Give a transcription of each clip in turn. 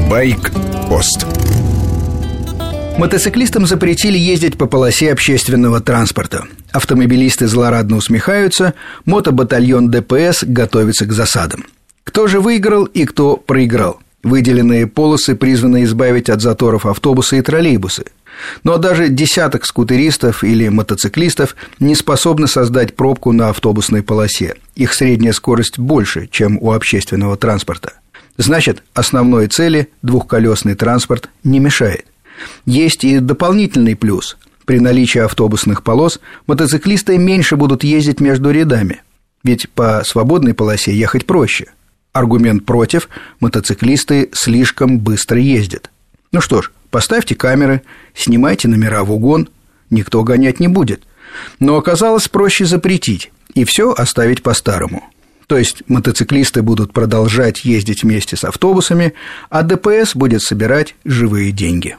Байк-пост. Мотоциклистам запретили ездить по полосе общественного транспорта. Автомобилисты злорадно усмехаются, мотобатальон ДПС готовится к засадам. Кто же выиграл и кто проиграл? Выделенные полосы призваны избавить от заторов автобусы и троллейбусы. Но даже десяток скутеристов или мотоциклистов не способны создать пробку на автобусной полосе. Их средняя скорость больше, чем у общественного транспорта. Значит, основной цели двухколесный транспорт не мешает. Есть и дополнительный плюс. При наличии автобусных полос мотоциклисты меньше будут ездить между рядами. Ведь по свободной полосе ехать проще. Аргумент против – мотоциклисты слишком быстро ездят. Ну что ж, поставьте камеры, снимайте номера в угон, никто гонять не будет. Но оказалось проще запретить и все оставить по-старому. То есть мотоциклисты будут продолжать ездить вместе с автобусами, а ДПС будет собирать живые деньги.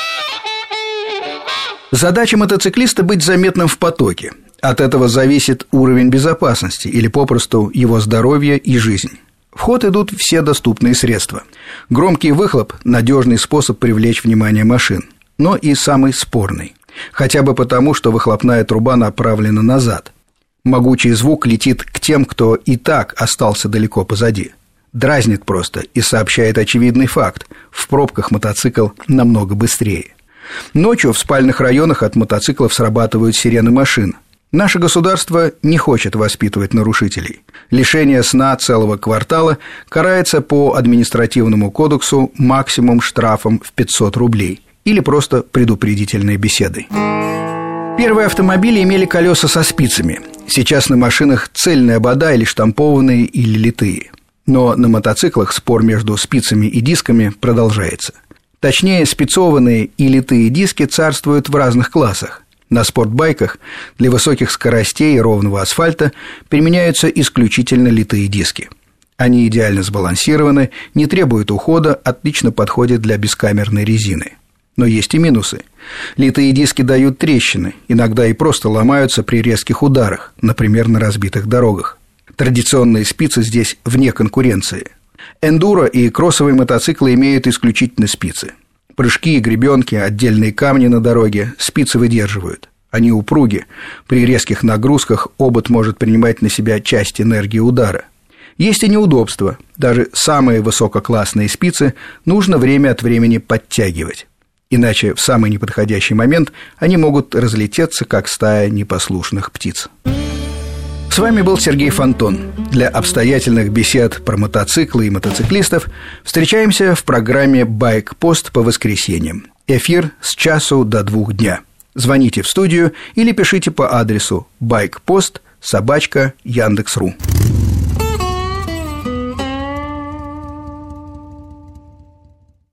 Задача мотоциклиста – быть заметным в потоке. От этого зависит уровень безопасности или попросту его здоровье и жизнь. В ход идут все доступные средства. Громкий выхлоп – надежный способ привлечь внимание машин, но и самый спорный. Хотя бы потому, что выхлопная труба направлена назад. Могучий звук летит к тем, кто и так остался далеко позади. Дразнит просто и сообщает очевидный факт – в пробках мотоцикл намного быстрее. Ночью в спальных районах от мотоциклов срабатывают сирены машин. Наше государство не хочет воспитывать нарушителей. Лишение сна целого квартала карается по административному кодексу максимум штрафом в 500 рублей или просто предупредительной беседой. Первые автомобили имели колеса со спицами. Сейчас на машинах цельная обода или штампованные, или литые. Но на мотоциклах спор между спицами и дисками продолжается. Точнее, спицованные и литые диски царствуют в разных классах. На спортбайках для высоких скоростей и ровного асфальта применяются исключительно литые диски. Они идеально сбалансированы, не требуют ухода, отлично подходят для бескамерной резины. Но есть и минусы. Литые диски дают трещины, иногда и просто ломаются при резких ударах, например, на разбитых дорогах. Традиционные спицы здесь вне конкуренции. Эндуро и кроссовые мотоциклы имеют исключительно спицы. Прыжки и гребенки, отдельные камни на дороге спицы выдерживают. Они упруги. При резких нагрузках обод может принимать на себя часть энергии удара. Есть и неудобства. Даже самые высококлассные спицы нужно время от времени подтягивать. Иначе в самый неподходящий момент они могут разлететься, как стая непослушных птиц. С вами был Сергей Фонтон. Для обстоятельных бесед про мотоциклы и мотоциклистов встречаемся в программе «Байк-пост» по воскресеньям. Эфир с часу до 2 дня. Звоните в студию или пишите по адресу байкпост@Яндекс.ру.